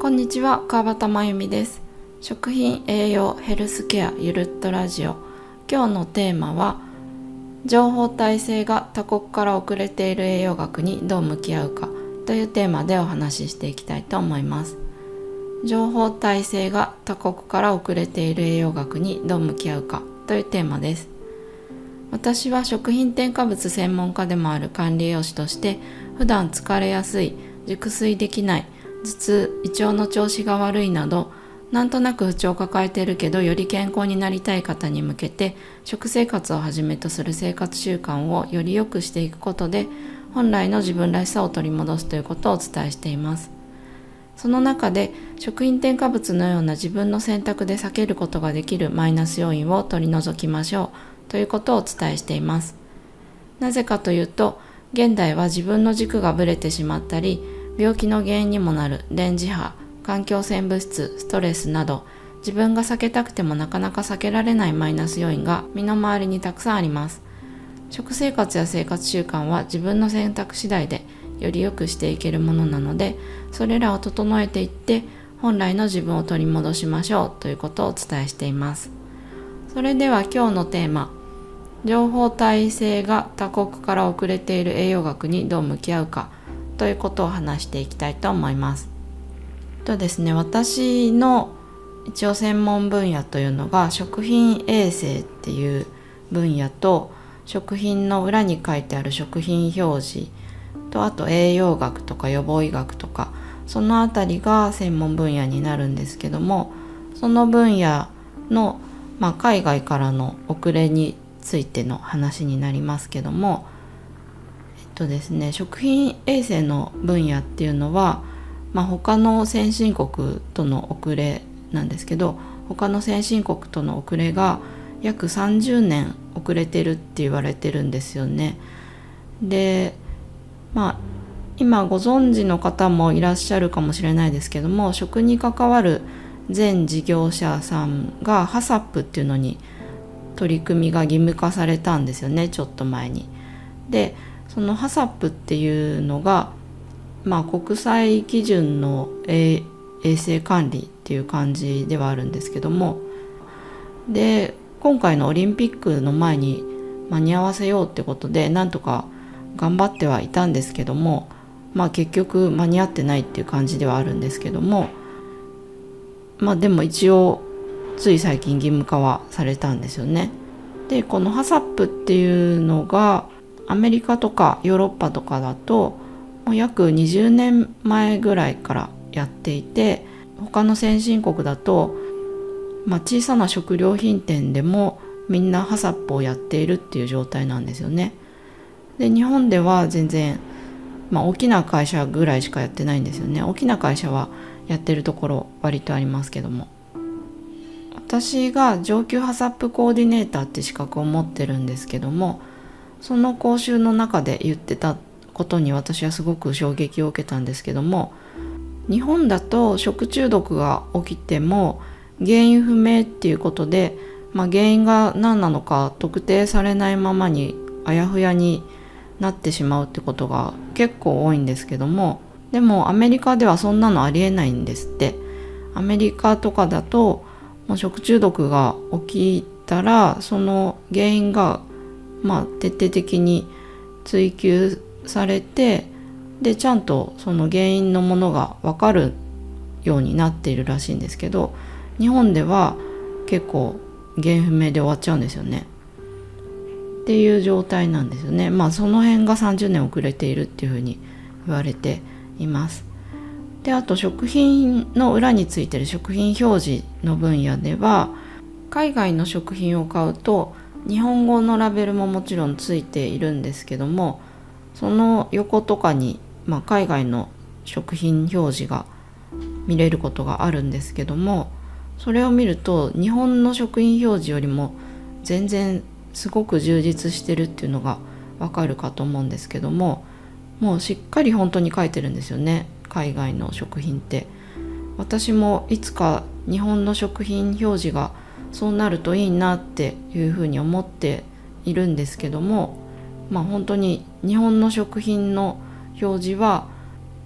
こんにちは、川端真由美です。食品栄養ヘルスケアゆるっとラジオ。今日のテーマは、情報体制が他国から遅れている栄養学にどう向き合うかというテーマでお話ししていきたいと思います。情報体制が他国から遅れている栄養学にどう向き合うかというテーマです。私は食品添加物専門家でもある管理栄養士として、普段疲れやすい、熟睡できない、頭痛、胃腸の調子が悪いなど、なんとなく不調を抱えているけどより健康になりたい方に向けて、食生活をはじめとする生活習慣をより良くしていくことで、本来の自分らしさを取り戻すということをお伝えしています。その中で、食品添加物のような自分の選択で避けることができるマイナス要因を取り除きましょうということをお伝えしています。なぜかというと、現代は自分の軸がぶれてしまったり、病気の原因にもなる電磁波、環境汚染物質、ストレスなど、自分が避けたくてもなかなか避けられないマイナス要因が身の回りにたくさんあります。食生活や生活習慣は自分の選択次第でより良くしていけるものなので、それらを整えていって本来の自分を取り戻しましょうということをお伝えしています。それでは今日のテーマ、情報体制が他国から遅れている栄養学にどう向き合うかということを話していきたいと思います。ですね、私の一応専門分野というのが食品衛生っていう分野と、食品の裏に書いてある食品表示と、あと栄養学とか予防医学とか、そのあたりが専門分野になるんですけども、その分野の、海外からの遅れについての話になりますけども、ですね、食品衛生の分野っていうのは、他の先進国との遅れなんですけど、他の先進国との遅れが約30年遅れてるって言われてるんですよね。で、今ご存知の方もいらっしゃるかもしれないですけども、食に関わる全事業者さんがハサップっていうのに取り組みが義務化されたんですよね、ちょっと前に。で、そのハサップっていうのが、国際基準の衛生管理っていう感じではあるんですけども、で、今回のオリンピックの前に間に合わせようってことで、なんとか頑張ってはいたんですけども、結局間に合ってないっていう感じではあるんですけども、でも一応つい最近義務化はされたんですよね。で、このハサップっていうのがアメリカとかヨーロッパとかだともう約20年前ぐらいからやっていて、他の先進国だと、小さな食料品店でもみんなハサップをやっているっていう状態なんですよね。で、日本では全然、大きな会社ぐらいしかやってないんですよね。大きな会社はやってるところ割とありますけども、私が上級ハサップコーディネーターって資格を持ってるんですけども、その講習の中で言ってたことに私はすごく衝撃を受けたんですけども、日本だと食中毒が起きても原因不明っていうことで、原因が何なのか特定されないままにあやふやになってしまうってことが結構多いんですけども、でもアメリカではそんなのありえないんですって。アメリカとかだともう食中毒が起きたら、その原因が徹底的に追求されて、でちゃんとその原因のものが分かるようになっているらしいんですけど、日本では結構原因不明で終わっちゃうんですよねっていう状態なんですよね。その辺が30年遅れているっていうふうに言われています。で、あと食品の裏についている食品表示の分野では、海外の食品を買うと日本語のラベルももちろんついているんですけども、その横とかに、海外の食品表示が見れることがあるんですけども、それを見ると日本の食品表示よりも全然すごく充実してるっていうのがわかるかと思うんですけども、もうしっかり本当に書いてるんですよね、海外の食品って。私もいつか日本の食品表示がそうなるといいなっていうふうに思っているんですけども、本当に日本の食品の表示は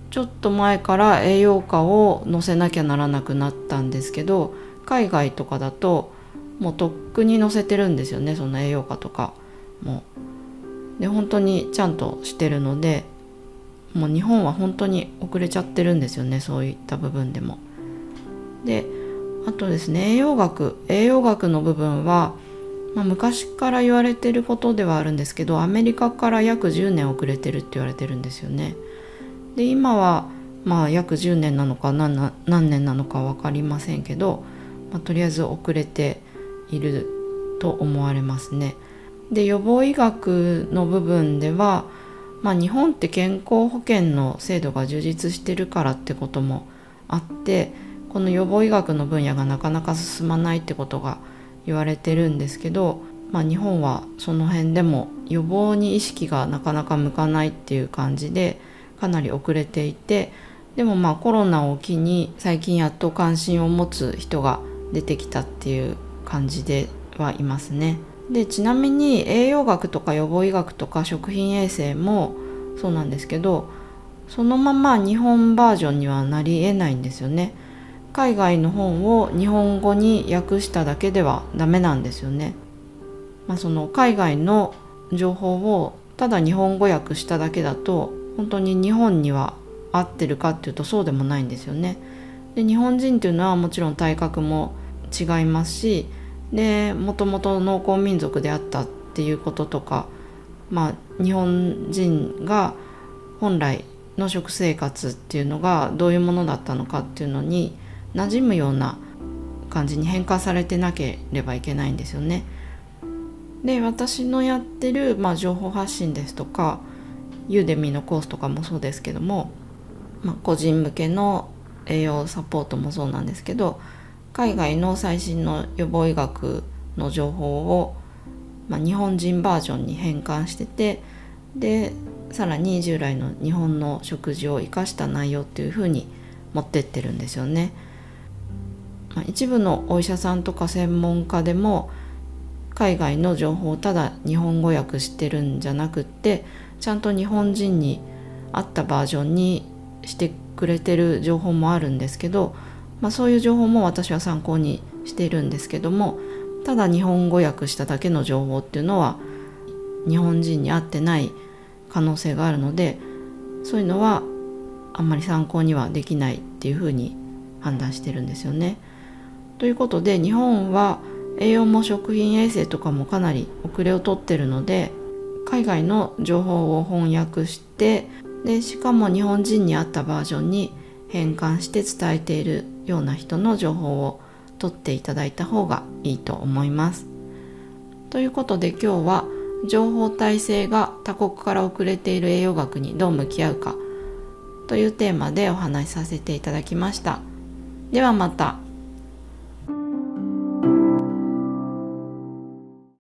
ちょっと前から栄養価を載せなきゃならなくなったんですけど、海外とかだともうとっくに載せてるんですよね、その栄養価とかもで本当にちゃんとしてるので、もう日本は本当に遅れちゃってるんですよね、そういった部分でも。であとですね、栄養学の部分は、昔から言われてることではあるんですけど、アメリカから約10年遅れてるって言われてるんですよね。で今は約10年なのか何年なのか分かりませんけど、とりあえず遅れていると思われますね。で予防医学の部分では、日本って健康保険の制度が充実してるからってこともあって、この予防医学の分野がなかなか進まないってことが言われてるんですけど、日本はその辺でも予防に意識がなかなか向かないっていう感じでかなり遅れていて、でもコロナを機に最近やっと関心を持つ人が出てきたっていう感じではいますね。でちなみに栄養学とか予防医学とか食品衛生もそうなんですけど、そのまま日本バージョンにはなり得ないんですよね。海外の本を日本語に訳しただけではダメなんですよね。その海外の情報をただ日本語訳しただけだと本当に日本には合ってるかっていうとそうでもないんですよね。で日本人っていうのはもちろん体格も違いますし、でもともと農耕民族であったっていうこととか、日本人が本来の食生活っていうのがどういうものだったのかっていうのに馴染むような感じに変化されてなければいけないんですよね。で私のやってる、情報発信ですとかユーデミーのコースとかもそうですけども、個人向けの栄養サポートもそうなんですけど、海外の最新の予防医学の情報を、日本人バージョンに変換してて、でさらに従来の日本の食事を生かした内容っていう風に持ってってるんですよね。一部のお医者さんとか専門家でも海外の情報をただ日本語訳してるんじゃなくって、ちゃんと日本人に合ったバージョンにしてくれてる情報もあるんですけど、そういう情報も私は参考にしているんですけども、ただ日本語訳しただけの情報っていうのは日本人に合ってない可能性があるので、そういうのはあんまり参考にはできないっていうふうに判断してるんですよね。ということで日本は栄養も食品衛生とかもかなり遅れをとってるので、海外の情報を翻訳して、でしかも日本人に合ったバージョンに変換して伝えているような人の情報を取っていただいた方がいいと思います。ということで今日は情報体制が他国から遅れている栄養学にどう向き合うかというテーマでお話しさせていただきました。ではまた。